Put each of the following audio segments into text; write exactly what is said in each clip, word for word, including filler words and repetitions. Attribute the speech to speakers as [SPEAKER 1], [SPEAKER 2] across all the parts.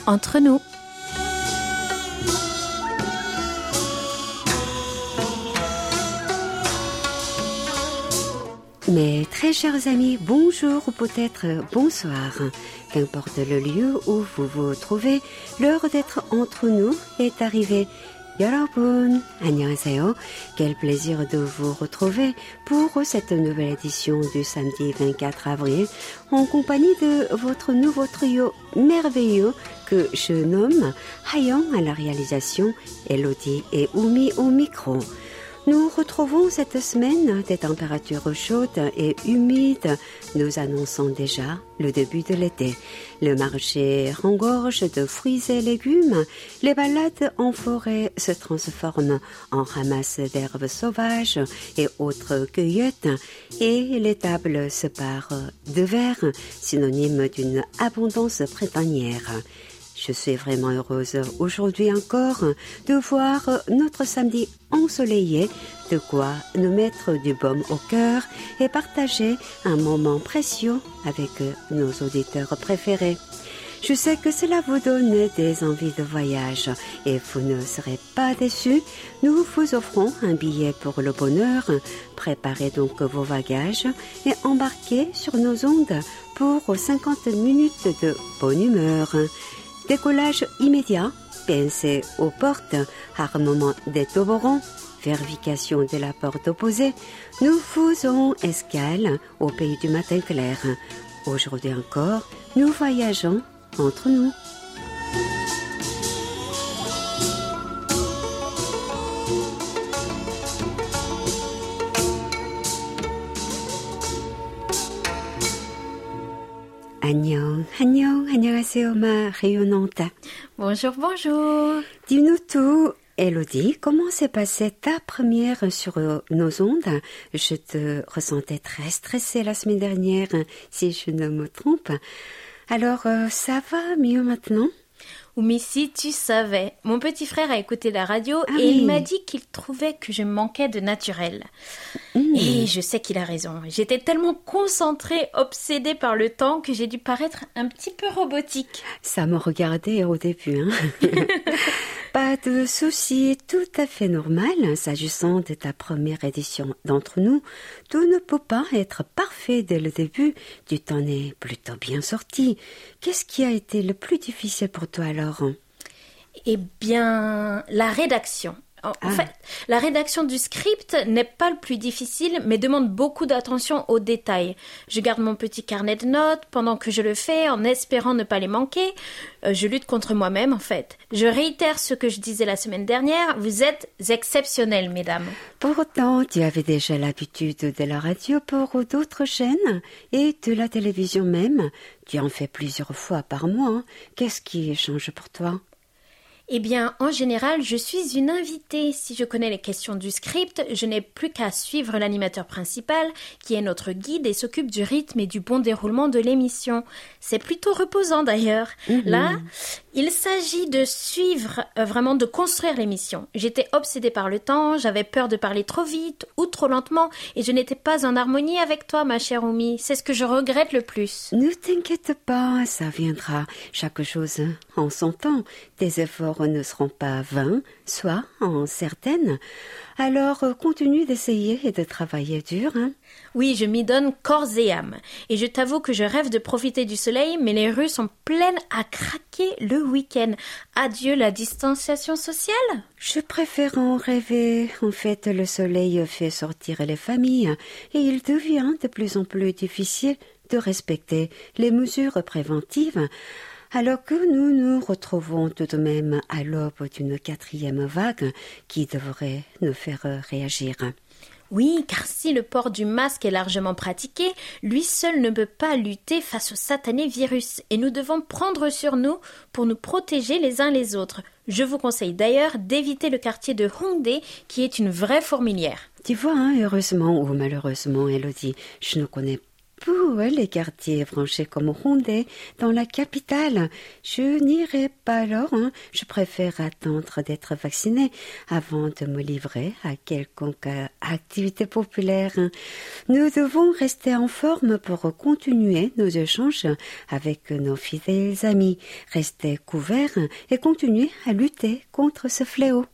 [SPEAKER 1] entre nous.
[SPEAKER 2] Mes très chers amis, bonjour ou peut-être bonsoir. Qu'importe le lieu où vous vous trouvez, l'heure d'être entre nous est arrivée. 여러분, 안녕하세요. Quel plaisir de vous retrouver pour cette nouvelle édition du samedi vingt-quatre avril en compagnie de votre nouveau trio merveilleux que je nomme Hayoung à la réalisation, Elodie et Oumi au micro. Nous retrouvons cette semaine des températures chaudes et humides, nous annonçant déjà le début de l'été. Le marché regorge de fruits et légumes, les balades en forêt se transforment en ramasses d'herbes sauvages et autres cueillettes, et les tables se parent de verre, synonyme d'une abondance printanière. Je suis vraiment heureuse aujourd'hui encore de voir notre samedi ensoleillé, de quoi nous mettre du baume au cœur et partager un moment précieux avec nos auditeurs préférés. Je sais que cela vous donne des envies de voyage et vous ne serez pas déçus. Nous vous offrons un billet pour le bonheur. Préparez donc vos bagages et embarquez sur nos ondes pour cinquante minutes de bonne humeur. Décollage immédiat, pensez aux portes, armement des toboggans, vérification de la porte opposée. Nous faisons escale au pays du matin clair. Aujourd'hui encore, nous voyageons entre nous. 안녕, 안녕, 안녕하세요, ma rayonnante.
[SPEAKER 1] Bonjour, bonjour.
[SPEAKER 2] Dis-nous tout, Elodie, comment s'est passée ta première sur nos ondes? Je te ressentais très stressée la semaine dernière, si je ne me trompe. Alors, euh, ça va mieux maintenant?
[SPEAKER 1] Mais si tu savais, mon petit frère a écouté la radio
[SPEAKER 2] ah
[SPEAKER 1] et
[SPEAKER 2] oui.
[SPEAKER 1] il m'a dit qu'il trouvait que je manquais de naturel. Mmh. Et je sais qu'il a raison. J'étais tellement concentrée, obsédée par le temps que j'ai dû paraître un petit peu robotique.
[SPEAKER 2] Ça me regardait au début, hein. Pas de souci, tout à fait normal, s'agissant de ta première édition d'entre nous. Tout ne peut pas être parfait dès le début, tu t'en es plutôt bien sorti. Qu'est-ce qui a été le plus difficile pour toi alors?
[SPEAKER 1] Eh bien, la rédaction. En ah. fait, la rédaction du script n'est pas le plus difficile, mais demande beaucoup d'attention aux détails. Je garde mon petit carnet de notes pendant que je le fais, en espérant ne pas les manquer. Euh, je lutte contre moi-même, en fait. Je réitère ce que je disais la semaine dernière. Vous êtes exceptionnelles, mesdames.
[SPEAKER 2] Pourtant, tu avais déjà l'habitude de la radio pour d'autres chaînes et de la télévision même. Tu en fais plusieurs fois par mois. Qu'est-ce qui change pour toi?
[SPEAKER 1] Eh bien, en général, je suis une invitée. Si je connais les questions du script, je n'ai plus qu'à suivre l'animateur principal, qui est notre guide et s'occupe du rythme et du bon déroulement de l'émission. C'est plutôt reposant d'ailleurs. Mmh. Là, il s'agit de suivre, euh, vraiment de construire l'émission. J'étais obsédée par le temps, j'avais peur de parler trop vite ou trop lentement, et je n'étais pas en harmonie avec toi, ma chère Oumi. C'est ce que je regrette le plus.
[SPEAKER 2] Ne t'inquiète pas, ça viendra. Chaque chose en son temps. Tes efforts ne seront pas vains, soit en certaines. Alors, continue d'essayer et de travailler dur. Hein?
[SPEAKER 1] Oui, je m'y donne corps et âme. Et je t'avoue que je rêve de profiter du soleil, mais les rues sont pleines à craquer le week-end. Adieu la distanciation sociale.
[SPEAKER 2] Je préfère en rêver. En fait, le soleil fait sortir les familles et il devient de plus en plus difficile de respecter les mesures préventives. Alors que nous nous retrouvons tout de même à l'aube d'une quatrième vague qui devrait nous faire réagir.
[SPEAKER 1] Oui, car si le port du masque est largement pratiqué, lui seul ne peut pas lutter face au satané virus et nous devons prendre sur nous pour nous protéger les uns les autres. Je vous conseille d'ailleurs d'éviter le quartier de Hongdae qui est une vraie fourmilière.
[SPEAKER 2] Tu vois, hein, heureusement ou malheureusement, Elodie, je ne connais Pour les quartiers branchés comme Hondé, dans la capitale, je n'irai pas alors. Hein. Je préfère attendre d'être vaccinée avant de me livrer à quelconque activité populaire. Nous devons rester en forme pour continuer nos échanges avec nos fidèles amis, rester couverts et continuer à lutter contre ce fléau.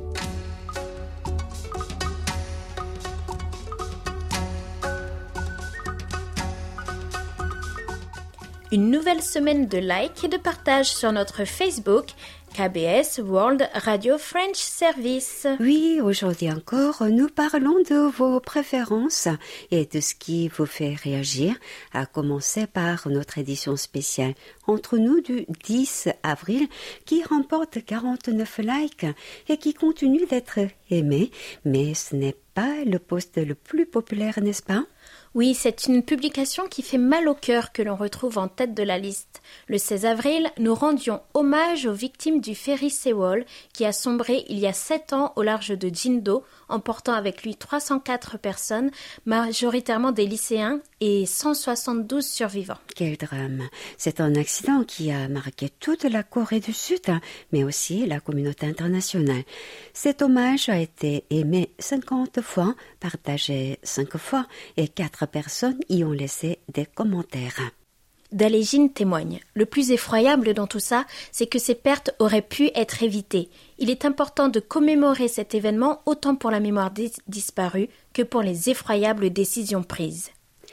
[SPEAKER 1] Une nouvelle semaine de likes et de partage sur notre Facebook, K B S World Radio French Service.
[SPEAKER 2] Oui, aujourd'hui encore, nous parlons de vos préférences et de ce qui vous fait réagir, à commencer par notre édition spéciale Entre nous du dix avril qui remporte quarante-neuf likes et qui continue d'être aimé, mais ce n'est pas le post le plus populaire, n'est-ce pas ?
[SPEAKER 1] Oui, c'est une publication qui fait mal au cœur que l'on retrouve en tête de la liste. Le seize avril, nous rendions hommage aux victimes du ferry Sewol qui a sombré il y a sept ans au large de Jindo, emportant avec lui trois cent quatre personnes, majoritairement des lycéens et cent soixante-douze survivants.
[SPEAKER 2] Quel drame! C'est un accident qui a marqué toute la Corée du Sud, mais aussi la communauté internationale. Cet hommage a été aimé cinquante fois, partagé cinq fois et quatre personnes y ont laissé des commentaires.
[SPEAKER 1] Dalejin témoigne. Le plus effroyable dans tout ça, c'est que ces pertes auraient pu être évitées. Il est important de commémorer cet événement autant pour la mémoire des disparus que pour les effroyables décisions prises.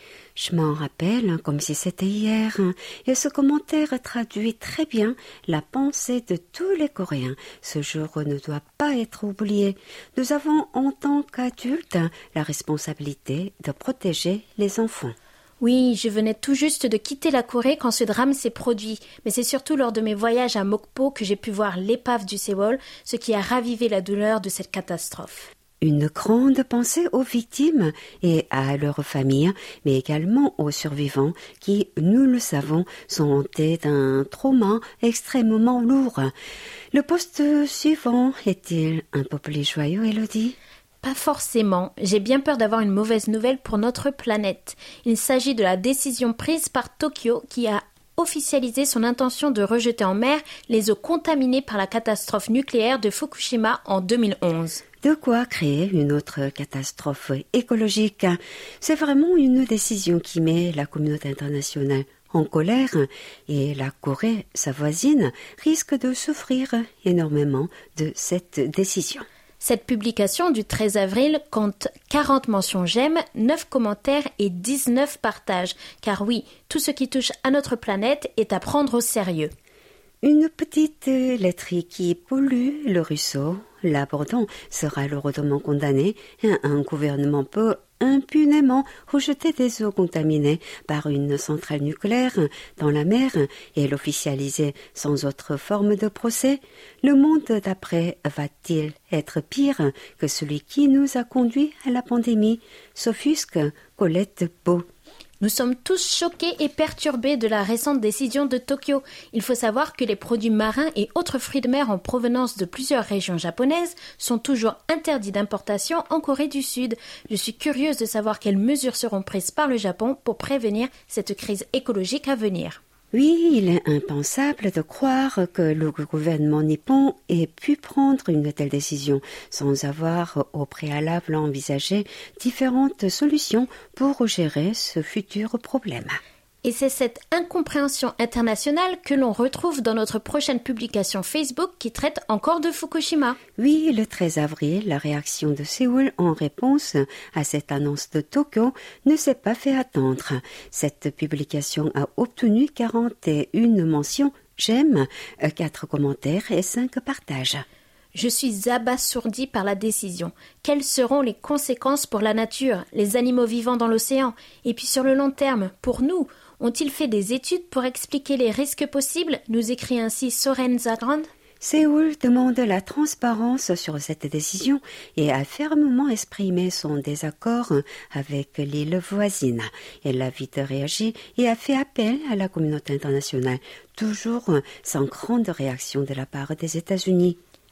[SPEAKER 2] Je m'en rappelle comme si c'était hier, et ce commentaire traduit très bien la pensée de tous les Coréens. Ce jour ne doit pas être oublié. Nous avons en tant qu'adultes la responsabilité de protéger les enfants.
[SPEAKER 1] Oui, je venais tout juste de quitter la Corée quand ce drame s'est produit, mais c'est surtout lors de mes voyages à Mokpo que j'ai pu voir l'épave du Sewol, ce qui a ravivé la douleur de cette catastrophe.
[SPEAKER 2] Une grande pensée aux victimes et à leurs familles, mais également aux survivants qui, nous le savons, sont hantés d'un trauma extrêmement lourd. Le poste suivant est-il un peu plus joyeux, Elodie ?
[SPEAKER 1] Pas forcément. J'ai bien peur d'avoir une mauvaise nouvelle pour notre planète. Il s'agit de la décision prise par Tokyo qui a officialisé son intention de rejeter en mer les eaux contaminées par la catastrophe nucléaire de Fukushima en deux mille onze.
[SPEAKER 2] De quoi créer une autre catastrophe écologique. C'est vraiment une décision qui met la communauté internationale en colère et la Corée, sa voisine, risque de souffrir énormément de cette décision.
[SPEAKER 1] Cette publication du treize avril compte quarante mentions j'aime, neuf commentaires et dix-neuf partages. Car oui, tout ce qui touche à notre planète est à prendre au sérieux.
[SPEAKER 2] Une petite laiterie qui pollue le ruisseau, l'abordant sera lourdement condamné. Un gouvernement peut impunément rejeter des eaux contaminées par une centrale nucléaire dans la mer et l'officialiser sans autre forme de procès. Le monde d'après va-t-il être pire que celui qui nous a conduits à la pandémie? S'offusque Colette Beau.
[SPEAKER 1] Nous sommes tous choqués et perturbés de la récente décision de Tokyo. Il faut savoir que les produits marins et autres fruits de mer en provenance de plusieurs régions japonaises sont toujours interdits d'importation en Corée du Sud. Je suis curieuse de savoir quelles mesures seront prises par le Japon pour prévenir cette crise écologique à venir.
[SPEAKER 2] Oui, il est impensable de croire que le gouvernement nippon ait pu prendre une telle décision sans avoir au préalable envisagé différentes solutions pour gérer ce futur problème.
[SPEAKER 1] Et c'est cette incompréhension internationale que l'on retrouve dans notre prochaine publication Facebook qui traite encore de Fukushima.
[SPEAKER 2] Oui, le treize avril, la réaction de Séoul en réponse à cette annonce de Tokyo ne s'est pas fait attendre. Cette publication a obtenu quarante et une mentions j'aime, quatre commentaires et cinq partages.
[SPEAKER 1] Je suis abasourdie par la décision. Quelles seront les conséquences pour la nature, les animaux vivants dans l'océan? Et puis sur le long terme, pour nous, ont-ils fait des études pour expliquer les risques possibles? Nous écrit ainsi Soren Zagrand.
[SPEAKER 2] Séoul demande la transparence sur cette décision et a fermement exprimé son désaccord avec l'île voisine. Elle a vite réagi et a fait appel à la communauté internationale, toujours sans grande réaction de la part des États-Unis.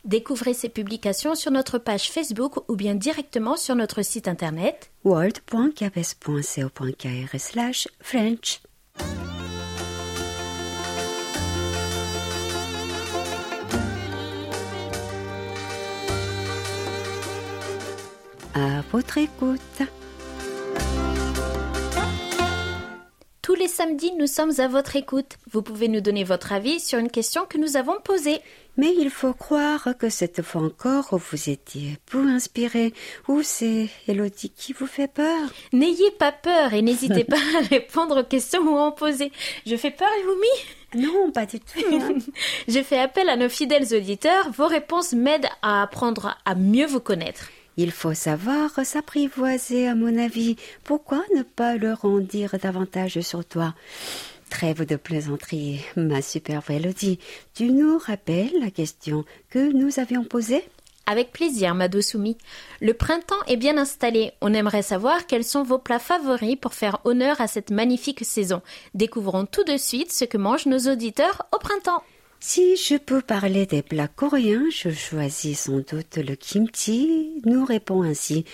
[SPEAKER 1] Découvrez ces publications sur notre page Facebook ou bien directement sur notre site internet
[SPEAKER 2] world point cabes point co point kr slash French. À votre écoute.
[SPEAKER 1] Tous les samedis, nous sommes à votre écoute. Vous pouvez nous donner votre avis sur une question que nous avons posée.
[SPEAKER 2] Mais il faut croire que cette fois encore, vous étiez peu inspiré. Ou c'est Elodie qui vous fait peur?
[SPEAKER 1] N'ayez pas peur et n'hésitez pas à répondre aux questions ou à en poser. Je fais peur, Yumi?
[SPEAKER 2] Non, pas du tout. Hein.
[SPEAKER 1] Je fais appel à nos fidèles auditeurs. Vos réponses m'aident à apprendre à mieux vous connaître.
[SPEAKER 2] Il faut savoir s'apprivoiser, à mon avis. Pourquoi ne pas leur en dire davantage sur toi? Trêve de plaisanterie, ma superbe Elodie. Tu nous rappelles la question que nous avions posée?
[SPEAKER 1] Avec plaisir, ma douce Oumi. Le printemps est bien installé. On aimerait savoir quels sont vos plats favoris pour faire honneur à cette magnifique saison. Découvrons tout de suite ce que mangent nos auditeurs au printemps.
[SPEAKER 2] Si je peux parler des plats coréens, je choisis sans doute le kimchi, nous répond ainsi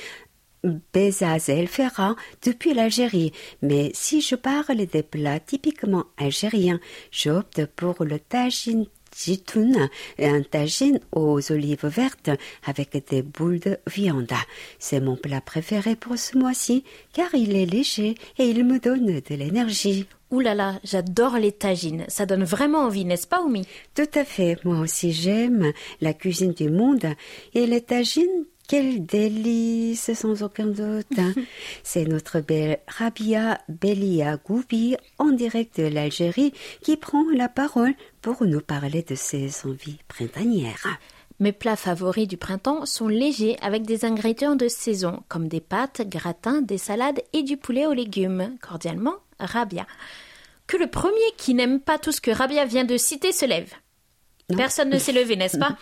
[SPEAKER 2] Bezazel Ferra depuis l'Algérie. Mais si je parle des plats typiquement algériens, j'opte pour le tagine jitoun, un tagine aux olives vertes avec des boules de viande. C'est mon plat préféré pour ce mois-ci car il est léger et il me donne de l'énergie.
[SPEAKER 1] Ouh là là, j'adore les tagines. Ça donne vraiment envie, n'est-ce pas, Oumi?
[SPEAKER 2] Tout à fait. Moi aussi, j'aime la cuisine du monde. Et les tagines, quel délice, sans aucun doute. Hein. C'est notre belle Rabia Belia Goubi, en direct de l'Algérie, qui prend la parole pour nous parler de ses envies printanières.
[SPEAKER 1] Mes plats favoris du printemps sont légers avec des ingrédients de saison, comme des pâtes, gratins, des salades et du poulet aux légumes. Cordialement, Rabia. Que le premier qui n'aime pas tout ce que Rabia vient de citer se lève. Non. Personne ne s'est levé, n'est-ce pas?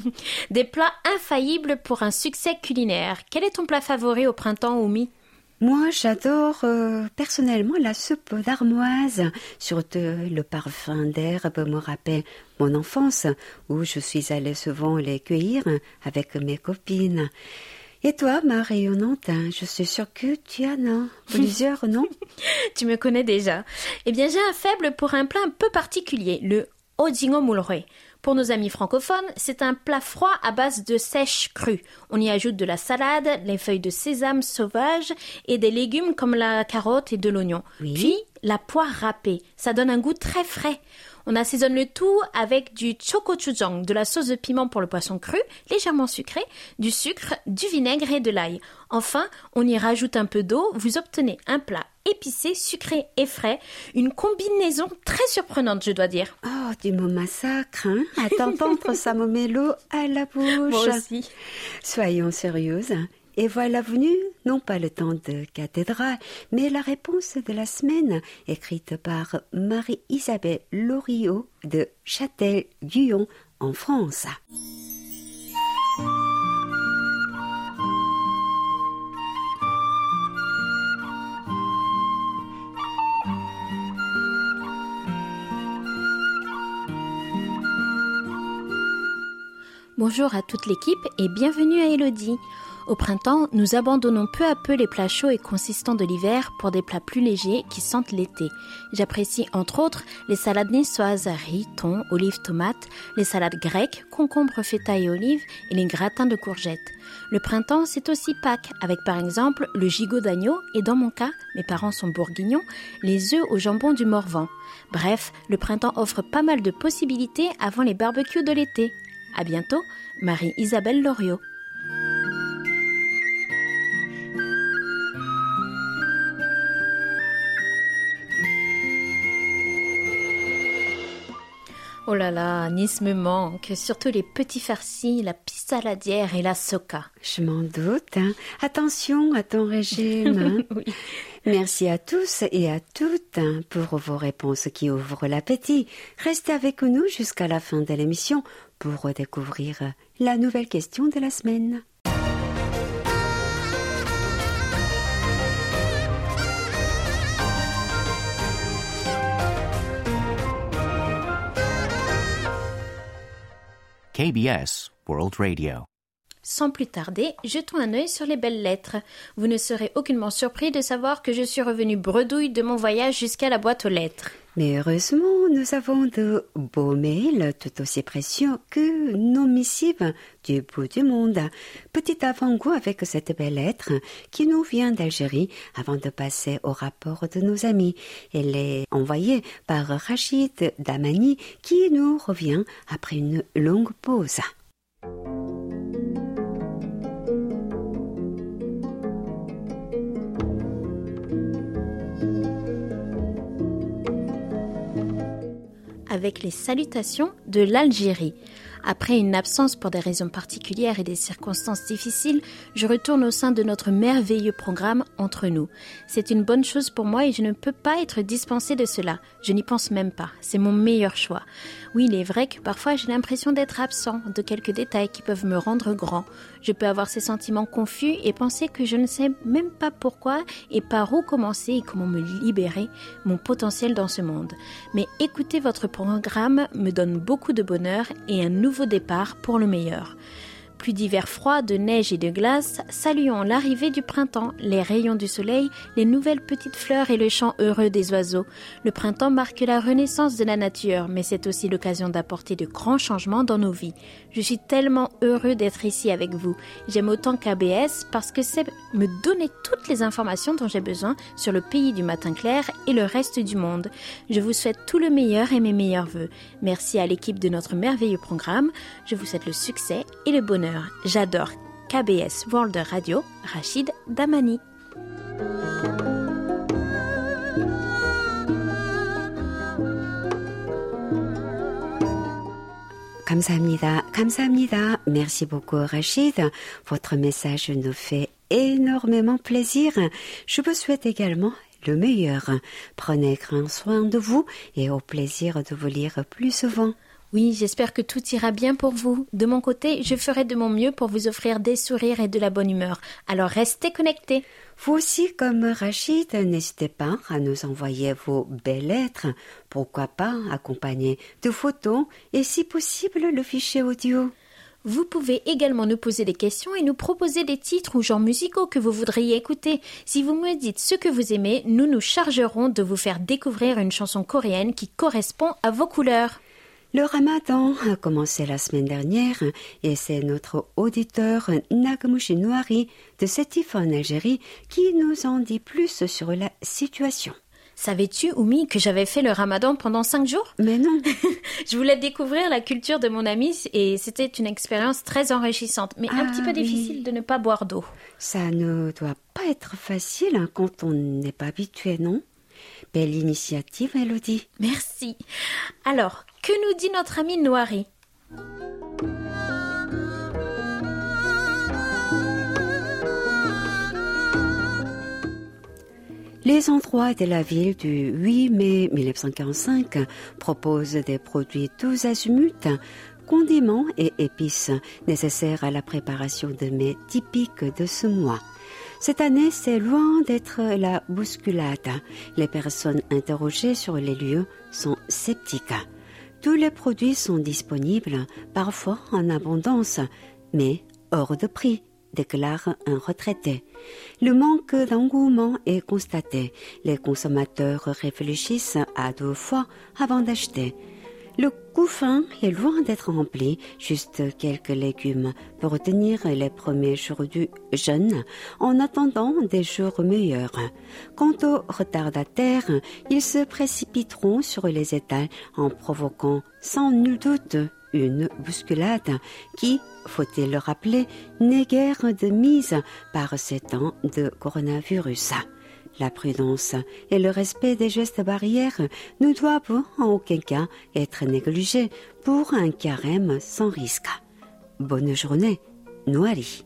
[SPEAKER 1] Des plats infaillibles pour un succès culinaire. Quel est ton plat favori au printemps, Oumi?
[SPEAKER 2] Moi, j'adore euh, personnellement la soupe d'armoise. Surtout le parfum d'herbe me rappelle mon enfance, où je suis allée souvent les cueillir avec mes copines. Et toi, ma rayonnante, je suis sûre que tu en as plusieurs, non?
[SPEAKER 1] Tu me connais déjà. Eh bien, j'ai un faible pour un plat un peu particulier, le ojingo mulroe. Pour nos amis francophones, c'est un plat froid à base de sèche crue. On y ajoute de la salade, les feuilles de sésame sauvage et des légumes comme la carotte et de l'oignon. Oui. Puis, la poire râpée. Ça donne un goût très frais. On assaisonne le tout avec du chogochujang, de la sauce de piment pour le poisson cru, légèrement sucré, du sucre, du vinaigre et de l'ail. Enfin, on y rajoute un peu d'eau. Vous obtenez un plat épicé, sucré et frais. Une combinaison très surprenante, je dois dire.
[SPEAKER 2] Oh, tu me massacres, hein? À t'entendre, ça me met l'eau à la bouche.
[SPEAKER 1] Moi aussi.
[SPEAKER 2] Soyons sérieuses. Et voilà venue, non pas le temps de cathédrale, mais la réponse de la semaine, écrite par Marie-Isabelle Loriot de Châtel-Guyon, en France.
[SPEAKER 1] Bonjour à toute l'équipe et bienvenue à Elodie. Au printemps, nous abandonnons peu à peu les plats chauds et consistants de l'hiver pour des plats plus légers qui sentent l'été. J'apprécie entre autres les salades niçoises, riz, thon, olives, tomates, les salades grecques, concombres, feta et olives et les gratins de courgettes. Le printemps, c'est aussi Pâques, avec par exemple le gigot d'agneau et dans mon cas, mes parents sont bourguignons, les œufs au jambon du Morvan. Bref, le printemps offre pas mal de possibilités avant les barbecues de l'été. À bientôt, Marie-Isabelle Loriot. Oh là là, Nice me manque, surtout les petits farcis, la piste saladière et la soca.
[SPEAKER 2] Je m'en doute, hein. Attention à ton régime. Hein. Oui. Merci à tous et à toutes hein, pour vos réponses qui ouvrent l'appétit. Restez avec nous jusqu'à la fin de l'émission pour découvrir la nouvelle question de la semaine.
[SPEAKER 3] K B S World Radio.
[SPEAKER 1] Sans plus tarder, jetons un œil sur les belles lettres. Vous ne serez aucunement surpris de savoir que je suis revenue bredouille de mon voyage jusqu'à la boîte aux lettres.
[SPEAKER 2] Mais heureusement, nous avons de beaux mails tout aussi précieux que nos missives du bout du monde. Petit avant-goût avec cette belle lettre qui nous vient d'Algérie avant de passer au rapport de nos amis. Elle est envoyée par Rachid Damani qui nous revient après une longue pause.
[SPEAKER 1] Avec les salutations de l'Algérie. Après une absence pour des raisons particulières et des circonstances difficiles, je retourne au sein de notre merveilleux programme Entre nous. C'est une bonne chose pour moi et je ne peux pas être dispensée de cela. Je n'y pense même pas. C'est mon meilleur choix. Oui, il est vrai que parfois j'ai l'impression d'être absent de quelques détails qui peuvent me rendre grand. Je peux avoir ces sentiments confus et penser que je ne sais même pas pourquoi et par où commencer et comment me libérer mon potentiel dans ce monde. Mais écouter votre programme me donne beaucoup de bonheur et un nouveau départ pour le meilleur. Plus d'hiver froid, de neige et de glace, saluons l'arrivée du printemps, les rayons du soleil, les nouvelles petites fleurs et le chant heureux des oiseaux. Le printemps marque la renaissance de la nature, mais c'est aussi l'occasion d'apporter de grands changements dans nos vies. Je suis tellement heureux d'être ici avec vous. J'aime autant K B S parce que c'est me donner toutes les informations dont j'ai besoin sur le pays du matin clair et le reste du monde. Je vous souhaite tout le meilleur et mes meilleurs vœux. Merci à l'équipe de notre merveilleux programme. Je vous souhaite le succès et le bonheur. J'adore K B S World Radio, Rachid Damani.
[SPEAKER 2] 감사합니다. 감사합니다. Merci beaucoup, Rachid. Votre message nous fait énormément plaisir. Je vous souhaite également le meilleur. Prenez grand soin de vous et au plaisir de vous lire plus souvent.
[SPEAKER 1] Oui, j'espère que tout ira bien pour vous. De mon côté, je ferai de mon mieux pour vous offrir des sourires et de la bonne humeur. Alors restez connectés.
[SPEAKER 2] Vous aussi, comme Rachid, n'hésitez pas à nous envoyer vos belles lettres. Pourquoi pas accompagnées de photos et si possible le fichier audio.
[SPEAKER 1] Vous pouvez également nous poser des questions et nous proposer des titres ou genres musicaux que vous voudriez écouter. Si vous me dites ce que vous aimez, nous nous chargerons de vous faire découvrir une chanson coréenne qui correspond à vos couleurs.
[SPEAKER 2] Le ramadan a commencé la semaine dernière et c'est notre auditeur Nagamushi Noari de Sétif en Algérie qui nous en dit plus sur la situation.
[SPEAKER 1] Savais-tu, Oumi, que j'avais fait le ramadan pendant cinq jours?
[SPEAKER 2] Mais non.
[SPEAKER 1] Je voulais découvrir la culture de mon ami et c'était une expérience très enrichissante, mais
[SPEAKER 2] ah,
[SPEAKER 1] un petit peu
[SPEAKER 2] oui.
[SPEAKER 1] difficile de ne pas boire d'eau.
[SPEAKER 2] Ça ne doit pas être facile hein, quand on n'est pas habitué, non? Belle initiative, Elodie.
[SPEAKER 1] Merci. Alors, que nous dit notre ami Noari?
[SPEAKER 2] Les endroits de la ville du huit mai mille neuf cent quarante-cinq proposent des produits tous azimuts, condiments et épices nécessaires à la préparation de mets typiques de ce mois. Cette année, c'est loin d'être la bousculade. Les personnes interrogées sur les lieux sont sceptiques. Tous les produits sont disponibles, parfois en abondance, mais hors de prix, déclare un retraité. Le manque d'engouement est constaté. Les consommateurs réfléchissent à deux fois avant d'acheter. Le couffin est loin d'être rempli, juste quelques légumes pour retenir les premiers jours du jeûne en attendant des jours meilleurs. Quant aux retardataires, ils se précipiteront sur les étals en provoquant sans nul doute une bousculade qui, faut-il le rappeler, n'est guère de mise par ces temps de coronavirus. La prudence et le respect des gestes barrières ne doivent en aucun cas être négligés pour un carême sans risque. Bonne journée, Noari.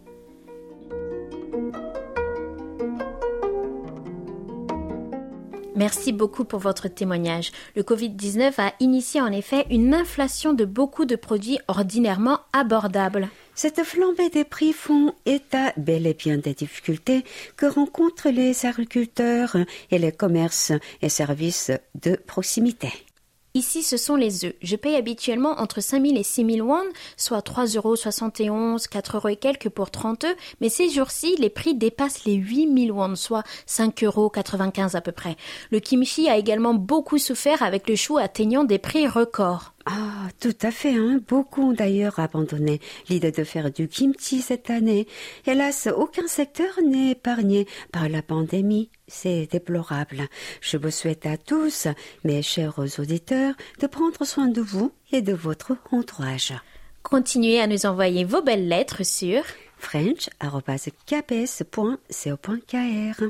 [SPEAKER 1] Merci beaucoup pour votre témoignage. Le covid dix-neuf a initié en effet une inflation de beaucoup de produits ordinairement abordables.
[SPEAKER 2] Cette flambée des prix font état bel et bien des difficultés que rencontrent les agriculteurs et les commerces et services de proximité.
[SPEAKER 1] Ici, ce sont les œufs. Je paye habituellement entre cinq mille et six mille won, soit trois euros soixante et onze, quatre euros et quelques pour trente œufs, mais ces jours-ci, les prix dépassent les huit mille won, soit cinq euros quatre-vingt-quinze à peu près. Le kimchi a également beaucoup souffert avec le chou atteignant des prix records.
[SPEAKER 2] Ah, tout à fait, hein. Beaucoup ont d'ailleurs abandonné l'idée de faire du kimchi cette année. Hélas, aucun secteur n'est épargné par la pandémie. C'est déplorable. Je vous souhaite à tous, mes chers auditeurs, de prendre soin de vous et de votre entourage.
[SPEAKER 1] Continuez à nous envoyer vos belles lettres sur
[SPEAKER 2] french arobase k b s point co point k r.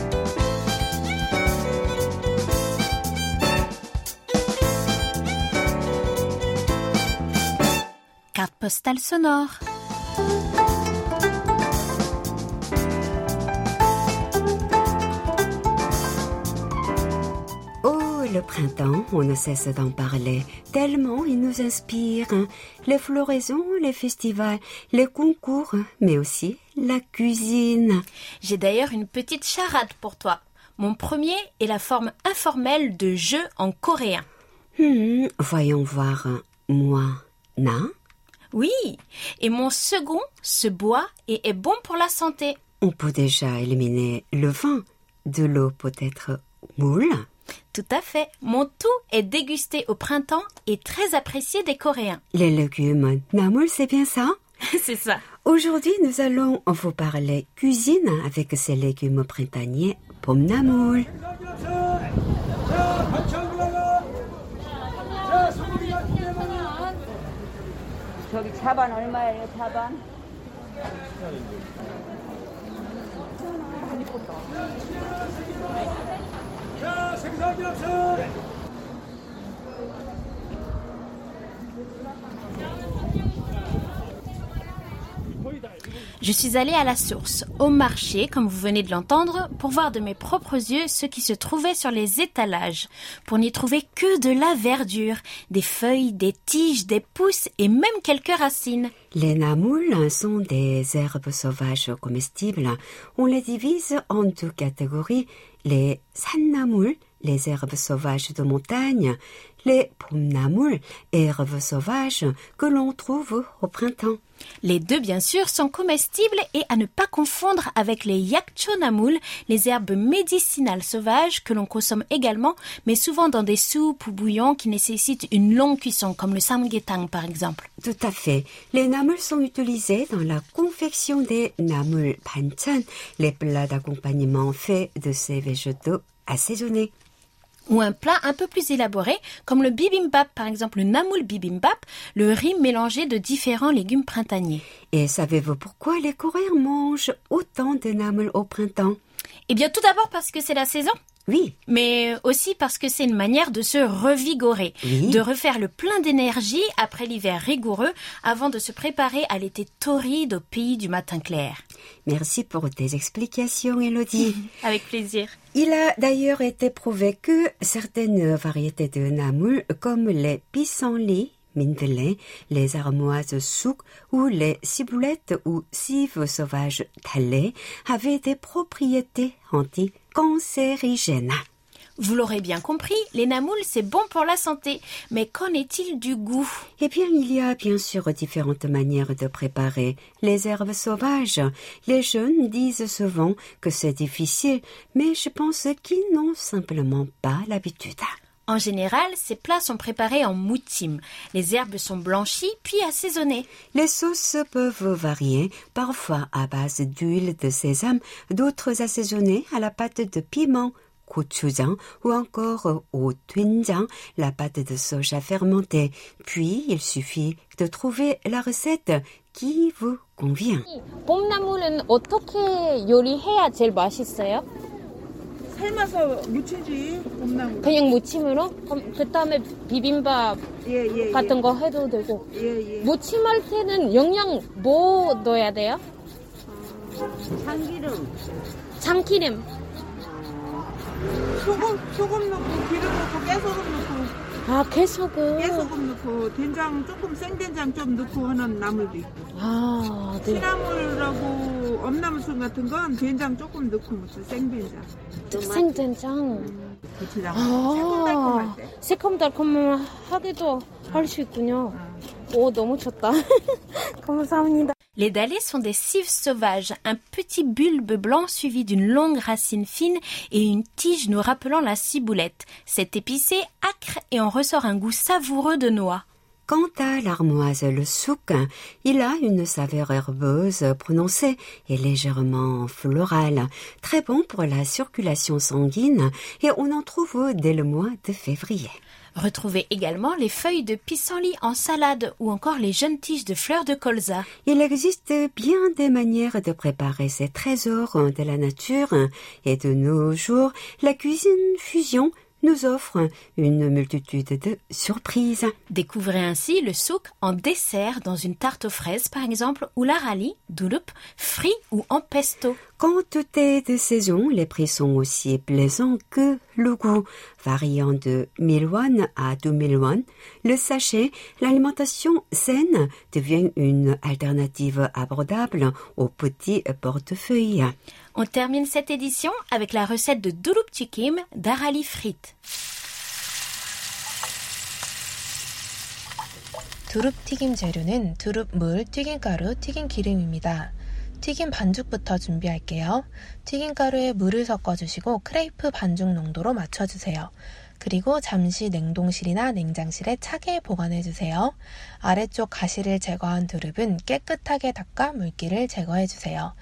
[SPEAKER 1] Carte postale sonore.
[SPEAKER 2] Oh, le printemps, on ne cesse d'en parler, tellement il nous inspire. Les floraisons, les festivals, les concours, mais aussi la cuisine.
[SPEAKER 1] J'ai d'ailleurs une petite charade pour toi. Mon premier est la forme informelle de jeu en coréen.
[SPEAKER 2] Hmm, voyons voir. Moi, na?
[SPEAKER 1] Oui, et mon second se boit et est bon pour la santé.
[SPEAKER 2] On peut déjà éliminer le vin. De l'eau peut-être moule?
[SPEAKER 1] Tout à fait. Mon tout est dégusté au printemps et très apprécié des Coréens.
[SPEAKER 2] Les légumes namoul, c'est bien ça?
[SPEAKER 1] C'est ça.
[SPEAKER 2] Aujourd'hui, nous allons vous parler cuisine avec ces légumes printaniers pomme namoul.
[SPEAKER 3] 저기 자반 얼마예요, 자반?
[SPEAKER 4] 자, 생산기 합쳐!
[SPEAKER 1] Je suis allée à la source, au marché, comme vous venez de l'entendre, pour voir de mes propres yeux ce qui se trouvait sur les étalages, pour n'y trouver que de la verdure, des feuilles, des tiges, des pousses et même quelques racines.
[SPEAKER 2] Les namouls sont des herbes sauvages comestibles. On les divise en deux catégories, les sannamouls, les herbes sauvages de montagne, les pomnamouls, herbes sauvages que l'on trouve au printemps.
[SPEAKER 1] Les deux, bien sûr, sont comestibles et à ne pas confondre avec les yakchonamouls, les herbes médicinales sauvages que l'on consomme également, mais souvent dans des soupes ou bouillons qui nécessitent une longue cuisson, comme le samgyetang par exemple.
[SPEAKER 2] Tout à fait. Les namouls sont utilisés dans la confection des namoul banchan, les plats d'accompagnement faits de ces végétaux assaisonnés.
[SPEAKER 1] Ou un plat un peu plus élaboré, comme le bibimbap, par exemple le namoul bibimbap, le riz mélangé de différents légumes printaniers.
[SPEAKER 2] Et savez-vous pourquoi les Coréens mangent autant de namoul au printemps?
[SPEAKER 1] Eh bien, tout d'abord parce que c'est la saison.
[SPEAKER 2] Oui.
[SPEAKER 1] Mais aussi parce que c'est une manière de se revigorer,
[SPEAKER 2] oui.
[SPEAKER 1] de refaire le plein d'énergie après l'hiver rigoureux avant de se préparer à l'été torride au pays du matin clair.
[SPEAKER 2] Merci pour tes explications, Elodie.
[SPEAKER 1] Avec plaisir.
[SPEAKER 2] Il a d'ailleurs été prouvé que certaines variétés de namoul, comme les pissenlits, mindelin, les armoises souk ou les ciboulettes ou cives sauvages thalées avaient des propriétés anti-cancérigènes.
[SPEAKER 1] Vous l'aurez bien compris, les namouls, c'est bon pour la santé. Mais qu'en est-il du goût?
[SPEAKER 2] Eh bien, il y a bien sûr différentes manières de préparer les herbes sauvages. Les jeunes disent souvent que c'est difficile, mais je pense qu'ils n'ont simplement pas l'habitude.
[SPEAKER 1] En général, ces plats sont préparés en mutim. Les herbes sont blanchies puis assaisonnées.
[SPEAKER 2] Les sauces peuvent varier, parfois à base d'huile de sésame, d'autres assaisonnées à la pâte de piment, gochujang ou encore au doenjang, la pâte de soja fermentée. Puis, il suffit de trouver la recette qui vous convient.
[SPEAKER 5] 봄나물은 어떻게 요리해야 제일 맛있어요?
[SPEAKER 3] 삶아서 무치지, 봄나물.
[SPEAKER 5] 그냥 무침으로? 그럼 그 다음에 비빔밥
[SPEAKER 3] 예, 예,
[SPEAKER 5] 같은
[SPEAKER 3] 예.
[SPEAKER 5] 거 해도 되고.
[SPEAKER 3] 예, 예.
[SPEAKER 5] 무침할 때는 영양 뭐 넣어야 돼요?
[SPEAKER 3] 참기름,
[SPEAKER 5] 참기름.
[SPEAKER 3] 소금, 소금 넣고 기름 넣고 깨소금 넣고
[SPEAKER 5] 아, 깨소금.
[SPEAKER 3] 깨소금 넣고 된장 조금 생된장 좀 넣고 하는 나물도 있고.
[SPEAKER 5] 아, 네.
[SPEAKER 3] 시나물하고 엄나물순 같은 건 된장 조금 넣고 무슨 생된장.
[SPEAKER 5] 생된장.
[SPEAKER 3] 고추장.
[SPEAKER 5] 아,
[SPEAKER 3] 새콤달콤할 때.
[SPEAKER 5] 새콤달콤하기도 할 수 있군요. 오, 너무 좋다. 감사합니다.
[SPEAKER 1] Les dallés sont des cives sauvages, un petit bulbe blanc suivi d'une longue racine fine et une tige nous rappelant la ciboulette. C'est épicé, acre et en ressort un goût savoureux de noix.
[SPEAKER 2] Quant à l'armoise, le souk, il a une saveur herbeuse prononcée et légèrement florale, très bon pour la circulation sanguine et on en trouve dès le mois de février.
[SPEAKER 1] Retrouvez également les feuilles de pissenlit en salade ou encore les jeunes tiges de fleurs de colza.
[SPEAKER 2] Il existe bien des manières de préparer ces trésors de la nature et de nos jours, la cuisine fusion nous offre une multitude de surprises.
[SPEAKER 1] Découvrez ainsi le souk en dessert dans une tarte aux fraises par exemple ou l'arali, durup, frit ou en pesto.
[SPEAKER 2] Quand tout est de saison, les prix sont aussi plaisants que le goût. Variant de mille won à deux mille won, le sachet, l'alimentation saine devient une alternative abordable au petit portefeuille.
[SPEAKER 1] On termine cette édition avec la recette de durup chikim d'arali frites.
[SPEAKER 6] 두릅 튀김 재료는 두릅 물, 튀김가루, 튀김기름입니다. 튀김 반죽부터 준비할게요. 튀김가루에 물을 섞어주시고 크레이프 반죽 농도로 맞춰주세요. 그리고 잠시 냉동실이나 냉장실에 차게 보관해주세요. 아래쪽 가시를 제거한 두릅은 깨끗하게 닦아 물기를 제거해주세요.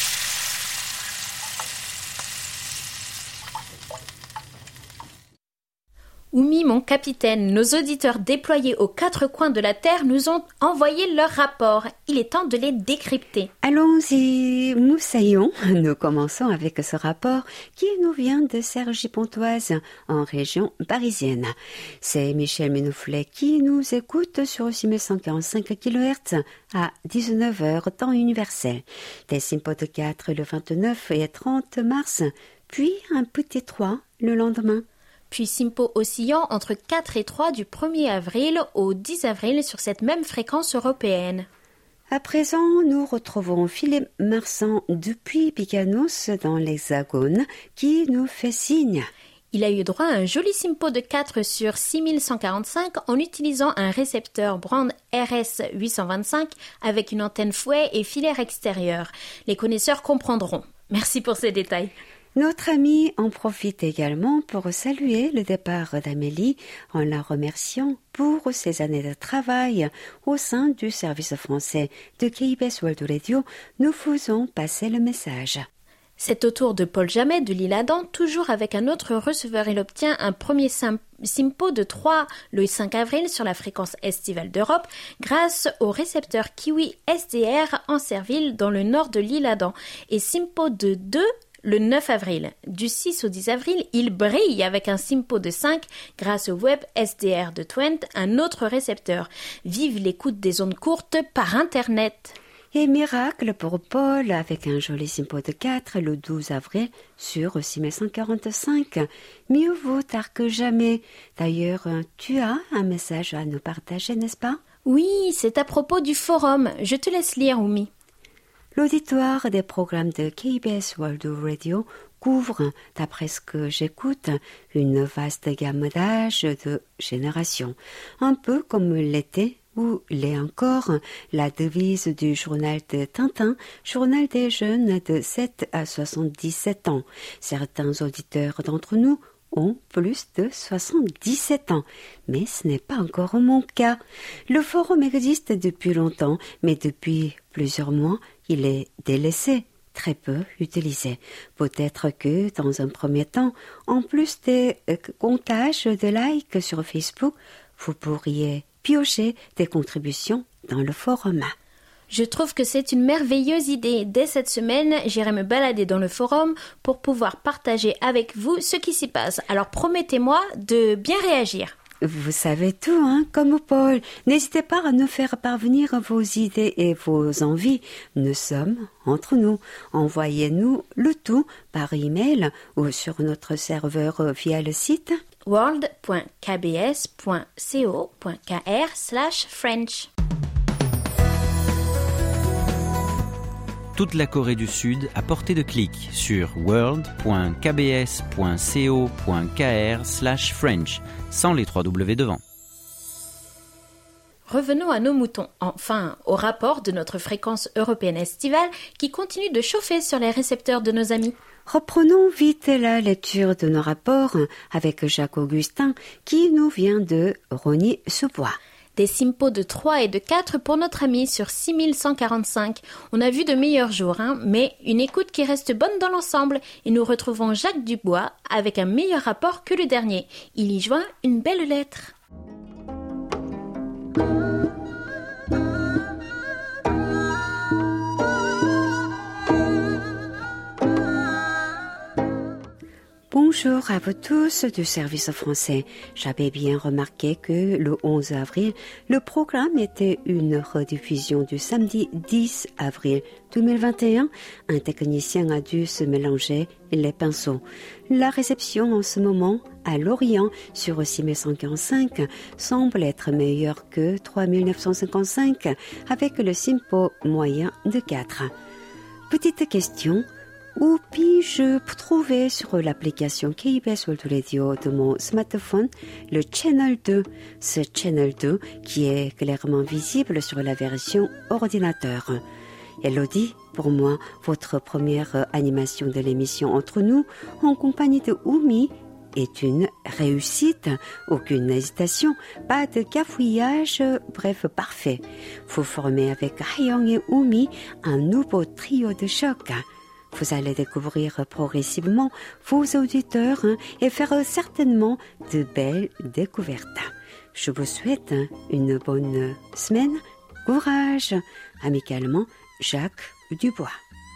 [SPEAKER 1] Oumi, mon capitaine, nos auditeurs déployés aux quatre coins de la Terre nous ont envoyé leur rapport. Il est temps de les décrypter.
[SPEAKER 2] Allons-y, moussaillons. Nous commençons avec ce rapport qui nous vient de Cergy-Pontoise, en région parisienne. C'est Michel Minouflet qui nous écoute sur six mille cent quarante-cinq kilohertz à dix-neuf heures temps universel. Des Simpos de quatre le vingt-neuf et trente mars, puis un petit trois le lendemain.
[SPEAKER 1] Puis Simpo oscillant entre quatre et trois du premier avril au dix avril sur cette même fréquence européenne.
[SPEAKER 2] À présent, nous retrouvons Philippe Marsan depuis Picanos dans l'Hexagone qui nous fait signe.
[SPEAKER 1] Il a eu droit à un joli Simpo de quatre sur six mille cent quarante-cinq en utilisant un récepteur Brand R S huit cent vingt-cinq avec une antenne fouet et filaire extérieur. Les connaisseurs comprendront. Merci pour ces détails.
[SPEAKER 2] Notre ami en profite également pour saluer le départ d'Amélie en la remerciant pour ses années de travail au sein du service français de K B S World Radio. Nous faisons passer le message.
[SPEAKER 1] C'est au tour de Paul Jamet de l'Isle-Adam, toujours avec un autre receveur. Il obtient un premier Simpo de trois le cinq avril sur la fréquence estivale d'Europe grâce au récepteur Kiwi S D R en Serville dans le nord de l'Isle-Adam et Simpo de deux le neuf avril. Du six au dix avril, il brille avec un Simpo de cinq grâce au web S D R de Twente, un autre récepteur. Vive l'écoute des ondes courtes par Internet.
[SPEAKER 2] Et miracle pour Paul avec un joli Simpo de quatre le douze avril sur six mille cent quarante-cinq. Mieux vaut tard que jamais. D'ailleurs, tu as un message à nous partager, n'est-ce pas?
[SPEAKER 1] Oui, c'est à propos du forum. Je te laisse lire, Oumi.
[SPEAKER 2] L'auditoire des programmes de K B S World Radio couvre, d'après ce que j'écoute, une vaste gamme d'âges, de générations, un peu comme l'était ou l'est encore la devise du journal de Tintin, journal des jeunes de sept à soixante-dix-sept ans. Certains auditeurs d'entre nous ont plus de soixante-dix-sept ans, mais ce n'est pas encore mon cas. Le forum existe depuis longtemps, mais depuis plusieurs mois, il est délaissé, très peu utilisé. Peut-être que, dans un premier temps, en plus des comptages de likes sur Facebook, vous pourriez piocher des contributions dans le forum.
[SPEAKER 1] Je trouve que c'est une merveilleuse idée. Dès cette semaine, j'irai me balader dans le forum pour pouvoir partager avec vous ce qui s'y passe. Alors promettez-moi de bien réagir.
[SPEAKER 2] Vous savez tout, hein, comme Paul. N'hésitez pas à nous faire parvenir vos idées et vos envies. Nous sommes entre nous. Envoyez-nous le tout par email ou sur notre serveur via le site
[SPEAKER 1] world point k b s point co point k r slash French.
[SPEAKER 7] Toute la Corée du Sud à portée de clic sur world point k b s point co point k r slash French, sans les trois W devant.
[SPEAKER 1] Revenons à nos moutons, enfin au rapport de notre fréquence européenne estivale qui continue de chauffer sur les récepteurs de nos amis.
[SPEAKER 2] Reprenons vite la lecture de nos rapports avec Jacques Augustin qui nous vient de Rosny-sous-Bois.
[SPEAKER 1] Des simpos de trois et de quatre pour notre ami sur six mille cent quarante-cinq. On a vu de meilleurs jours, hein, mais une écoute qui reste bonne dans l'ensemble. Et nous retrouvons Jacques Dubois avec un meilleur rapport que le dernier. Il y joint une belle lettre.
[SPEAKER 2] Bonjour à vous tous du service français. J'avais bien remarqué que le onze avril, le programme était une rediffusion du samedi dix avril deux mille vingt et un. Un technicien a dû se mélanger les pinceaux. La réception en ce moment à Lorient sur six mille cent quarante-cinq semble être meilleure que trois mille neuf cent cinquante-cinq avec le simpo moyen de quatre. Petite question. Où puis-je trouver sur l'application K B S World Radio de mon smartphone le Channel deux, ce Channel deux qui est clairement visible sur la version ordinateur. Elodie, pour moi, votre première animation de l'émission Entre nous, en compagnie de Oumi, est une réussite, aucune hésitation, pas de cafouillage, bref, parfait. Vous formez avec Hayoung et Oumi un nouveau trio de choc. Vous allez découvrir progressivement vos auditeurs hein, et faire certainement de belles découvertes. Je vous souhaite hein, une bonne semaine. Courage. Amicalement, Jacques Dubois.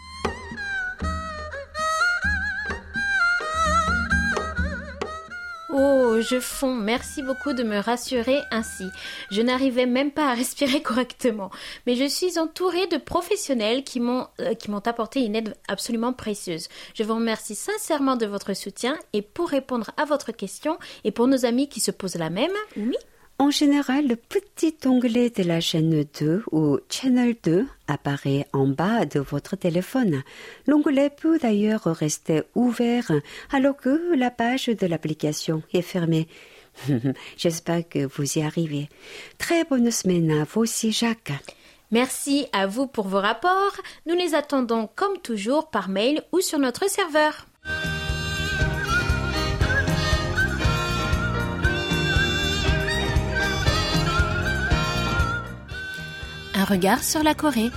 [SPEAKER 1] Oh, je fonds. Merci beaucoup de me rassurer ainsi. Je n'arrivais même pas à respirer correctement. Mais je suis entourée de professionnels qui m'ont, euh, qui m'ont apporté une aide absolument précieuse. Je vous remercie sincèrement de votre soutien et pour répondre à votre question et pour nos amis qui se posent la même, oui.
[SPEAKER 2] En général, le petit onglet de la chaîne deux ou Channel deux apparaît en bas de votre téléphone. L'onglet peut d'ailleurs rester ouvert alors que la page de l'application est fermée. J'espère que vous y arrivez. Très bonne semaine à vous aussi, Jacques.
[SPEAKER 1] Merci à vous pour vos rapports. Nous les attendons comme toujours par mail ou sur notre serveur. Un regard sur la Corée.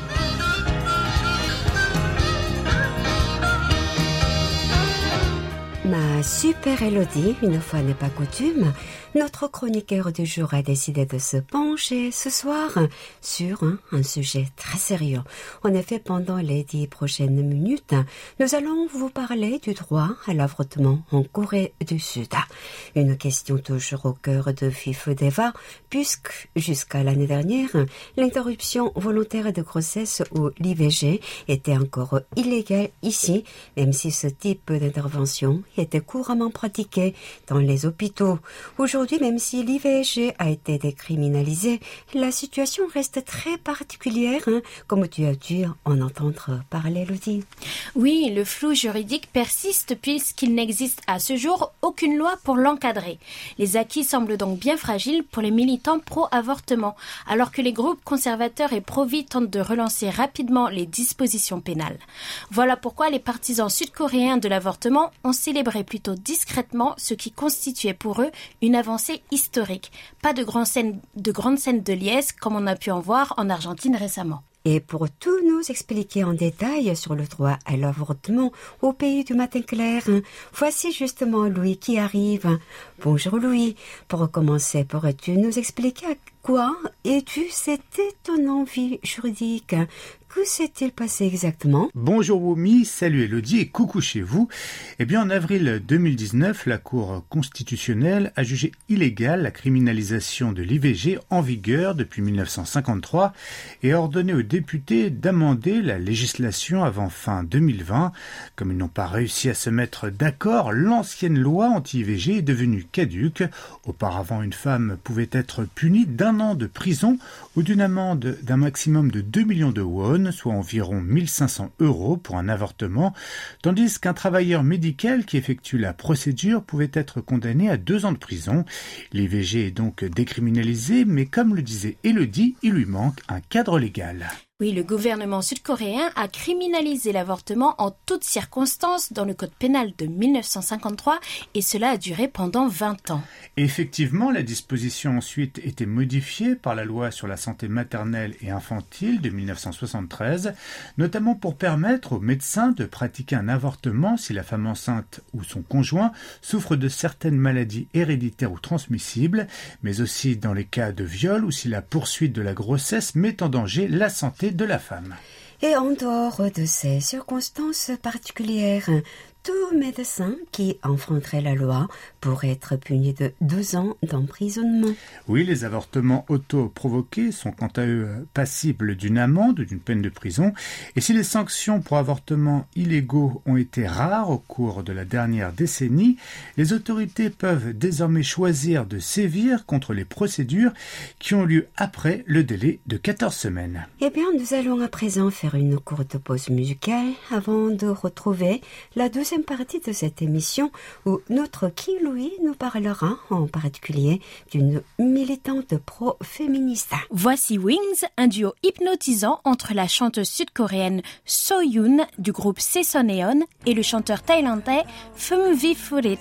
[SPEAKER 2] Ma super Elodie, une fois n'est pas coutume, notre chroniqueur du jour a décidé de se pencher ce soir sur un, un sujet très sérieux. En effet, pendant les dix prochaines minutes, nous allons vous parler du droit à l'avortement en Corée du Sud. Une question toujours au cœur de vif débat, puisque jusqu'à l'année dernière, l'interruption volontaire de grossesse ou l'I V G était encore illégale ici, même si ce type d'intervention était couramment pratiqué dans les hôpitaux. Aujourd'hui, même si l'I V G a été décriminalisée, la situation reste très particulière, hein, comme tu as dû en entendre parler, Elodie.
[SPEAKER 1] Oui, le flou juridique persiste puisqu'il n'existe à ce jour aucune loi pour l'encadrer. Les acquis semblent donc bien fragiles pour les militants pro-avortement, alors que les groupes conservateurs et pro-vie tentent de relancer rapidement les dispositions pénales. Voilà pourquoi les partisans sud-coréens de l'avortement ont célébré plutôt discrètement ce qui constituait pour eux une avancée historique. Pas de, grand scène, de grandes scènes de liesse comme on a pu en voir en Argentine récemment.
[SPEAKER 2] Et pour tout nous expliquer en détail sur le droit à l'avortement au pays du matin clair, voici justement Louis qui arrive. Bonjour Louis. Pour commencer, pourrais-tu nous expliquer à Pourquoi es-tu cette étonnante vie juridique? Que s'est-il passé exactement?
[SPEAKER 8] Bonjour Wumi, salut Elodie et coucou chez vous. Eh bien, en avril deux mille dix-neuf, la Cour constitutionnelle a jugé illégale la criminalisation de l'I V G en vigueur depuis mille neuf cent cinquante-trois et a ordonné aux députés d'amender la législation avant fin deux mille vingt. Comme ils n'ont pas réussi à se mettre d'accord, l'ancienne loi anti-I V G est devenue caduque. Auparavant, une femme pouvait être punie d'un an de prison ou d'une amende d'un maximum de deux millions de won, soit environ mille cinq cents euros pour un avortement, tandis qu'un travailleur médical qui effectue la procédure pouvait être condamné à deux ans de prison. L'I V G est donc décriminalisé, mais comme le disait Elodie, il lui manque un cadre légal.
[SPEAKER 1] Oui, le gouvernement sud-coréen a criminalisé l'avortement en toutes circonstances dans le code pénal de mille neuf cent cinquante-trois et cela a duré pendant vingt ans.
[SPEAKER 8] Effectivement, la disposition a ensuite été modifiée par la loi sur la santé maternelle et infantile de mille neuf cent soixante-treize, notamment pour permettre aux médecins de pratiquer un avortement si la femme enceinte ou son conjoint souffre de certaines maladies héréditaires ou transmissibles, mais aussi dans les cas de viol ou si la poursuite de la grossesse met en danger la santé de la femme.
[SPEAKER 2] Et en dehors de ces circonstances particulières, tout médecin qui enfreindrait la loi pourrait être puni de deux ans d'emprisonnement.
[SPEAKER 8] Oui, les avortements auto-provoqués sont quant à eux passibles d'une amende ou d'une peine de prison. Et si les sanctions pour avortements illégaux ont été rares au cours de la dernière décennie, les autorités peuvent désormais choisir de sévir contre les procédures qui ont lieu après le délai de quatorze semaines.
[SPEAKER 2] Eh bien, nous allons à présent faire une courte pause musicale avant de retrouver la deuxième partie de cette émission où notre King Louis nous parlera en particulier d'une militante pro-féministe.
[SPEAKER 1] Voici Wings, un duo hypnotisant entre la chanteuse sud-coréenne So Yoon du groupe Sesoneon et le chanteur thaïlandais Phum Viphurit.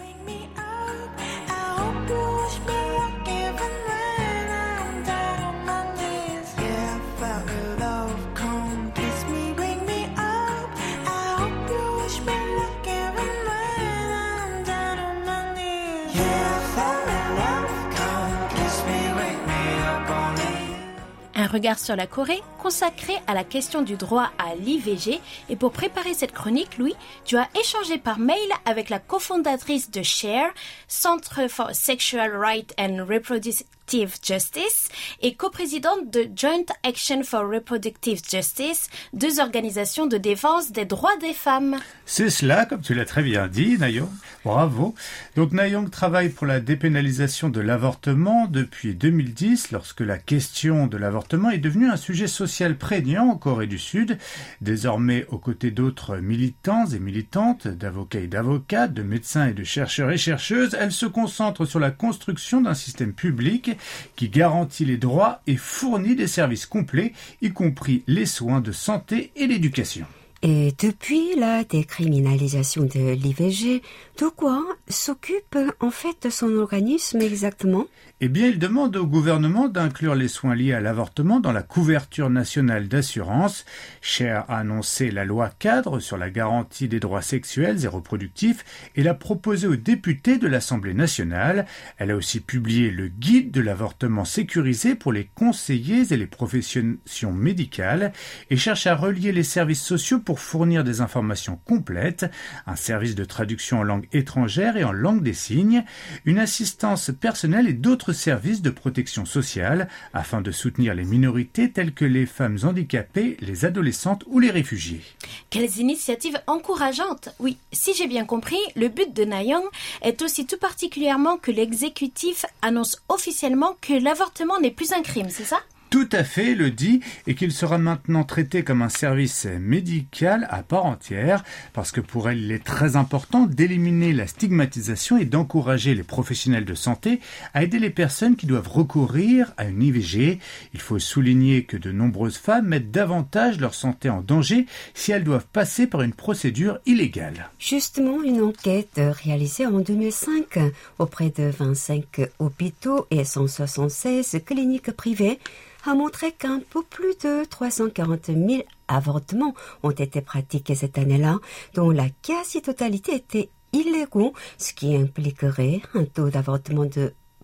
[SPEAKER 1] Un regard sur la Corée consacré à la question du droit à l'I V G. Et pour préparer cette chronique, Louis, tu as échangé par mail avec la cofondatrice de SHARE, Centre for Sexual Rights and Reproductive Justice, et coprésidente de Joint Action for Reproductive Justice, deux organisations de défense des droits des femmes.
[SPEAKER 8] C'est cela, comme tu l'as très bien dit, Nayong. Bravo. Donc Nayong travaille pour la dépénalisation de l'avortement depuis deux mille dix, lorsque la question de l'avortement est devenue un sujet social prégnant en Corée du Sud. Désormais, aux côtés d'autres militants et militantes, d'avocats et d'avocates, de médecins et de chercheurs et chercheuses, elle se concentre sur la construction d'un système public qui garantit les droits et fournit des services complets, y compris les soins de santé et l'éducation.
[SPEAKER 2] Et depuis la décriminalisation de l'I V G, de quoi s'occupe en fait son organisme exactement?
[SPEAKER 8] Eh bien, il demande au gouvernement d'inclure les soins liés à l'avortement dans la couverture nationale d'assurance. SHARE a annoncé la loi cadre sur la garantie des droits sexuels et reproductifs et l'a proposée aux députés de l'Assemblée nationale. Elle a aussi publié le guide de l'avortement sécurisé pour les conseillers et les professions médicales et cherche à relier les services sociaux pour fournir des informations complètes, un service de traduction en langue étrangère et en langue des signes, une assistance personnelle et d'autres services de protection sociale afin de soutenir les minorités telles que les femmes handicapées, les adolescentes ou les réfugiés.
[SPEAKER 1] Quelles initiatives encourageantes! Oui, si j'ai bien compris, le but de Nayong est aussi tout particulièrement que l'exécutif annonce officiellement que l'avortement n'est plus un crime, c'est ça?
[SPEAKER 8] Tout à fait, le dit, et qu'il sera maintenant traité comme un service médical à part entière, parce que pour elle, il est très important d'éliminer la stigmatisation et d'encourager les professionnels de santé à aider les personnes qui doivent recourir à une I V G. Il faut souligner que de nombreuses femmes mettent davantage leur santé en danger si elles doivent passer par une procédure illégale.
[SPEAKER 2] Justement, une enquête réalisée en deux mille cinq auprès de vingt-cinq hôpitaux et cent soixante-seize cliniques privées a montré qu'un peu plus de trois cent quarante mille avortements ont été pratiqués cette année-là, dont la quasi-totalité était illégaux, ce qui impliquerait un taux d'avortement de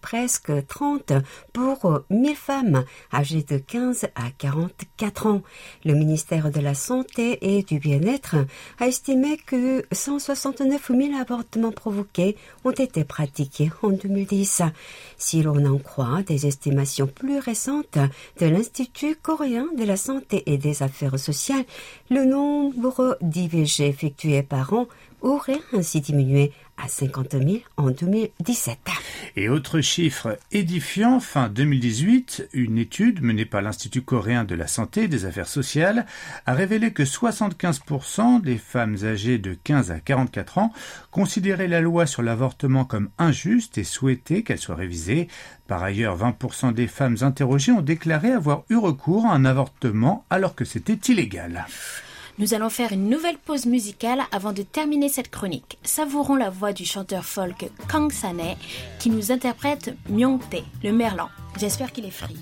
[SPEAKER 2] presque trente pour mille femmes âgées de quinze à quarante-quatre ans. Le ministère de la Santé et du Bien-être a estimé que cent soixante-neuf mille avortements provoqués ont été pratiqués en deux mille dix. Si l'on en croit des estimations plus récentes de l'Institut coréen de la santé et des affaires sociales, le nombre d'I V G effectués par an aurait ainsi diminué à cinquante mille en deux mille dix-sept.
[SPEAKER 8] Et autre chiffre édifiant, fin deux mille dix-huit, une étude menée par l'Institut coréen de la santé et des affaires sociales a révélé que soixante-quinze pour cent des femmes âgées de quinze à quarante-quatre ans considéraient la loi sur l'avortement comme injuste et souhaitaient qu'elle soit révisée. Par ailleurs, vingt pour cent des femmes interrogées ont déclaré avoir eu recours à un avortement alors que c'était illégal.
[SPEAKER 1] Nous allons faire une nouvelle pause musicale avant de terminer cette chronique. Savourons la voix du chanteur folk Kang San-hye qui nous interprète Myung-tae, le merlan. J'espère qu'il est free.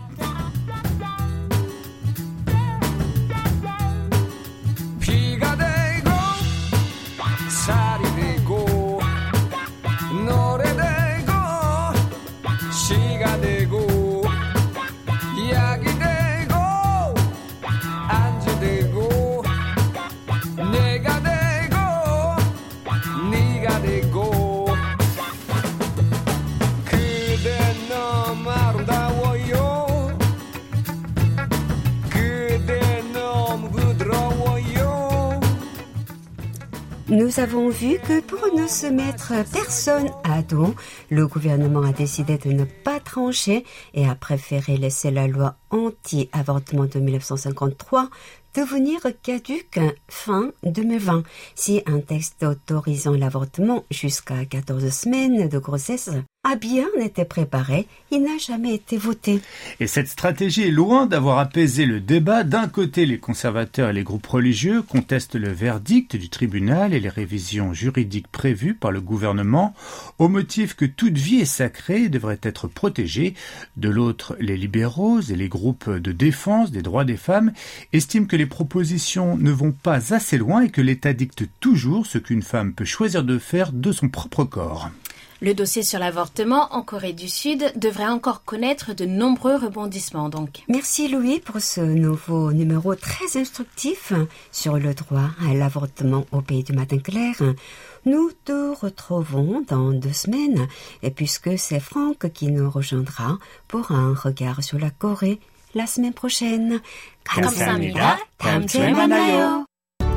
[SPEAKER 2] Nous avons vu que pour ne se mettre personne à dos, le gouvernement a décidé de ne pas trancher et a préféré laisser la loi anti-avortement de dix-neuf cent cinquante-trois devenir caduque fin deux mille vingt. Si un texte autorisant l'avortement jusqu'à quatorze semaines de grossesse a bien été préparé, il n'a jamais été voté.
[SPEAKER 8] Et cette stratégie est loin d'avoir apaisé le débat. D'un côté, les conservateurs et les groupes religieux contestent le verdict du tribunal et les révisions juridiques prévues par le gouvernement au motif que toute vie est sacrée et devrait être protégée. De l'autre, les libéraux et les groupes de défense des droits des femmes estiment que les propositions ne vont pas assez loin et que l'État dicte toujours ce qu'une femme peut choisir de faire de son propre corps.
[SPEAKER 1] Le dossier sur l'avortement en Corée du Sud devrait encore connaître de nombreux rebondissements donc.
[SPEAKER 2] Merci Louis pour ce nouveau numéro très instructif sur le droit à l'avortement au pays du matin clair. Nous te retrouvons dans deux semaines et puisque c'est Franck qui nous rejoindra pour un regard sur la Corée la semaine prochaine.
[SPEAKER 1] 감사합니다. 다음 주에 만나요.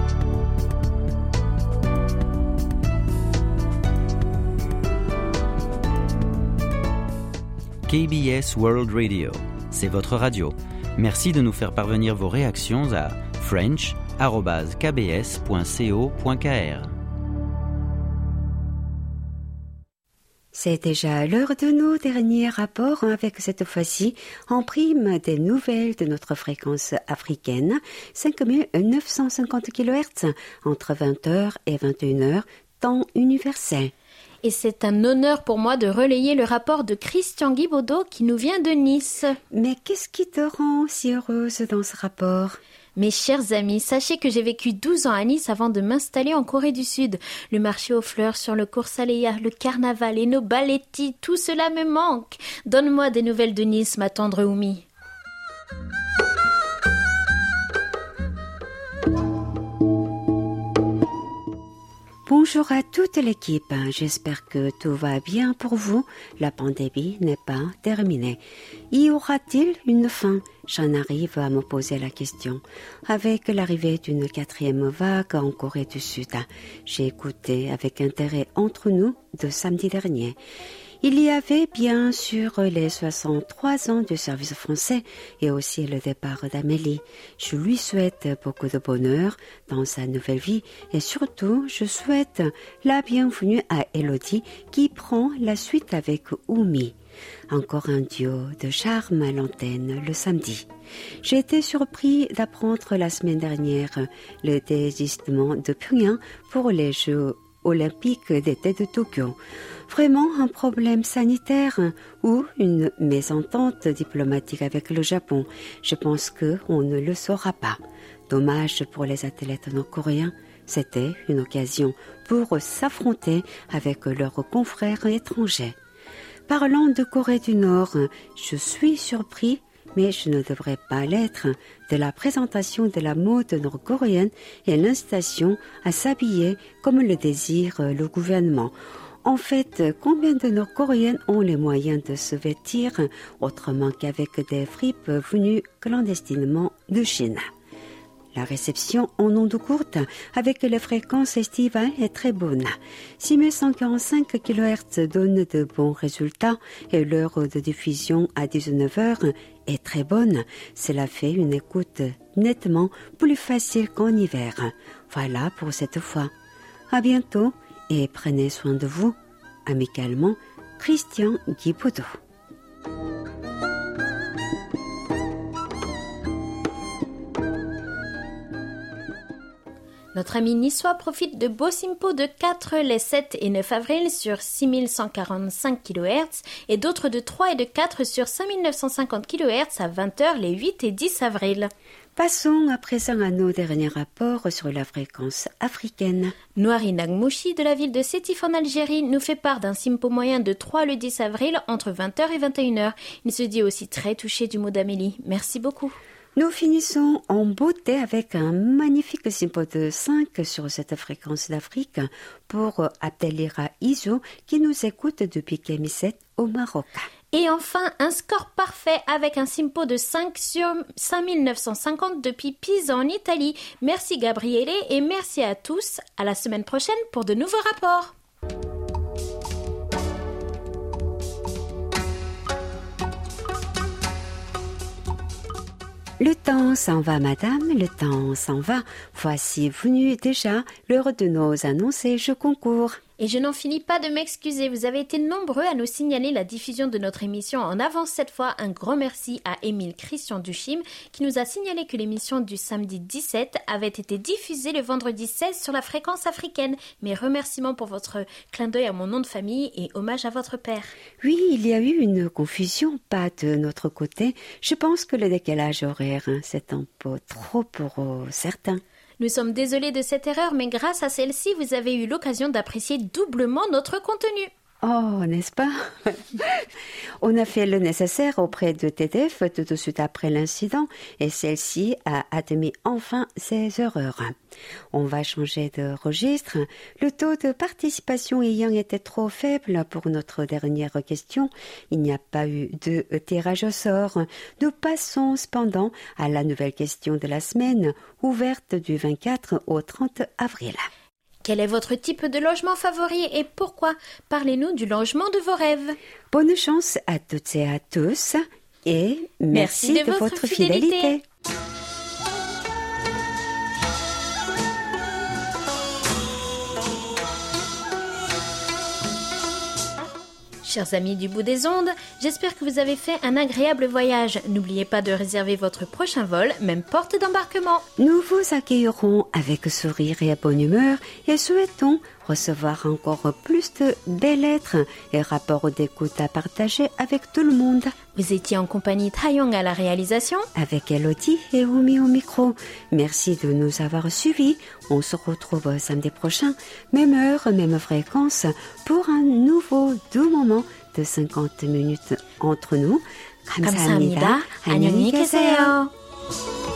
[SPEAKER 7] K B S World Radio, c'est votre radio. Merci de nous faire parvenir vos réactions à french arobase k b s point co point k r.
[SPEAKER 2] C'est déjà l'heure de nos derniers rapports avec cette fois-ci en prime des nouvelles de notre fréquence africaine, cinq mille neuf cent cinquante kilohertz entre vingt heures et vingt et une heures, temps universel.
[SPEAKER 1] Et c'est un honneur pour moi de relayer le rapport de Christian Guibaudot qui nous vient de Nice.
[SPEAKER 2] Mais qu'est-ce qui te rend si heureuse dans ce rapport ?
[SPEAKER 1] Mes chers amis, sachez que j'ai vécu douze ans à Nice avant de m'installer en Corée du Sud. Le marché aux fleurs sur le cours Saléa, le carnaval et nos baletti, tout cela me manque. Donne-moi des nouvelles de Nice, ma tendre Oumi.
[SPEAKER 2] Bonjour à toute l'équipe, j'espère que tout va bien pour vous. La pandémie n'est pas terminée. Y aura-t-il une fin ? J'en arrive à me poser la question. Avec l'arrivée d'une quatrième vague en Corée du Sud, j'ai écouté avec intérêt Entre nous de samedi dernier. Il y avait bien sûr les soixante-trois ans du service français et aussi le départ d'Amélie. Je lui souhaite beaucoup de bonheur dans sa nouvelle vie et surtout je souhaite la bienvenue à Elodie qui prend la suite avec Oumi. Encore un duo de charme à l'antenne le samedi. J'ai été surpris d'apprendre la semaine dernière le désistement de Pyongyang pour les Jeux olympiques d'été de Tokyo. Vraiment un problème sanitaire ou une mésentente diplomatique avec le Japon. Je pense qu'on ne le saura pas. Dommage pour les athlètes nord-coréens. C'était une occasion pour s'affronter avec leurs confrères étrangers. parlant de Corée du Nord, je suis surpris, mais je ne devrais pas l'être, de la présentation de la mode nord-coréenne et l'incitation à s'habiller comme le désire le gouvernement. En fait, combien de Nord-Coréennes ont les moyens de se vêtir autrement qu'avec des fripes venues clandestinement de Chine? La réception en ondes courtes avec les fréquences estivales est très bonne. six mille cent quarante-cinq kilohertz donne de bons résultats et l'heure de diffusion à dix-neuf heures est très bonne. Cela fait une écoute nettement plus facile qu'en hiver. Voilà pour cette fois. À bientôt et prenez soin de vous. Amicalement, Christian Guibaudot.
[SPEAKER 1] Notre ami niçois profite de beaux simpos de quatre les sept et neuf avril sur six mille cent quarante-cinq kilohertz et d'autres de trois et de quatre sur cinq mille neuf cent cinquante kilohertz à vingt heures les huit et dix avril.
[SPEAKER 2] Passons à présent à nos derniers rapports sur la fréquence africaine.
[SPEAKER 1] Noari Nagmouchi de la ville de Sétif en Algérie nous fait part d'un simpo moyen de trois le dix avril entre vingt heures et vingt et une heures. Il se dit aussi très touché du mot d'Amélie. Merci beaucoup.
[SPEAKER 2] Nous finissons en beauté avec un magnifique simpo de cinq sur cette fréquence d'Afrique pour Abdelira Izo qui nous écoute depuis Kémisset au Maroc.
[SPEAKER 1] Et enfin, un score parfait avec un simpo de cinq sur cinq mille neuf cent cinquante depuis Pise en Italie. Merci Gabriele et merci à tous. À la semaine prochaine pour de nouveaux rapports.
[SPEAKER 2] Le temps s'en va, madame, le temps s'en va. Voici venu déjà l'heure de nos annonces et je concours.
[SPEAKER 1] Et je n'en finis pas de m'excuser, vous avez été nombreux à nous signaler la diffusion de notre émission en avance cette fois. Un grand merci à Émile Christian Duchim qui nous a signalé que l'émission du samedi dix-sept avait été diffusée le vendredi seize sur la fréquence africaine. Mes remerciements pour votre clin d'œil à mon nom de famille et hommage à votre père.
[SPEAKER 2] Oui, il y a eu une confusion, pas de notre côté. Je pense que le décalage horaire, c'est un peu trop pour certains.
[SPEAKER 1] Nous sommes désolés de cette erreur, mais grâce à celle-ci, vous avez eu l'occasion d'apprécier doublement notre contenu.
[SPEAKER 2] Oh, n'est-ce pas? On a fait le nécessaire auprès de T D F tout de suite après l'incident et celle-ci a admis enfin ses erreurs. On va changer de registre. Le taux de participation ayant été trop faible pour notre dernière question, il n'y a pas eu de tirage au sort. Nous passons cependant à la nouvelle question de la semaine, ouverte du vingt-quatre au trente avril.
[SPEAKER 1] Quel est votre type de logement favori et pourquoi? Parlez-nous du logement de vos rêves.
[SPEAKER 2] Bonne chance à toutes et à tous et merci, merci de, de votre, votre fidélité. fidélité.
[SPEAKER 1] Chers amis du bout des ondes, j'espère que vous avez fait un agréable voyage. N'oubliez pas de réserver votre prochain vol, même porte d'embarquement.
[SPEAKER 2] Nous vous accueillerons avec sourire et bonne humeur et souhaitons recevoir encore plus de belles lettres et rapports d'écoute à partager avec tout le monde.
[SPEAKER 1] Vous étiez en compagnie de Taeyong à la réalisation,
[SPEAKER 2] avec Elodie et Oumi au micro. Merci de nous avoir suivis. On se retrouve samedi prochain, même heure, même fréquence, pour un nouveau doux moment de cinquante minutes entre nous.
[SPEAKER 1] 감사합니다. 안녕히 계세요.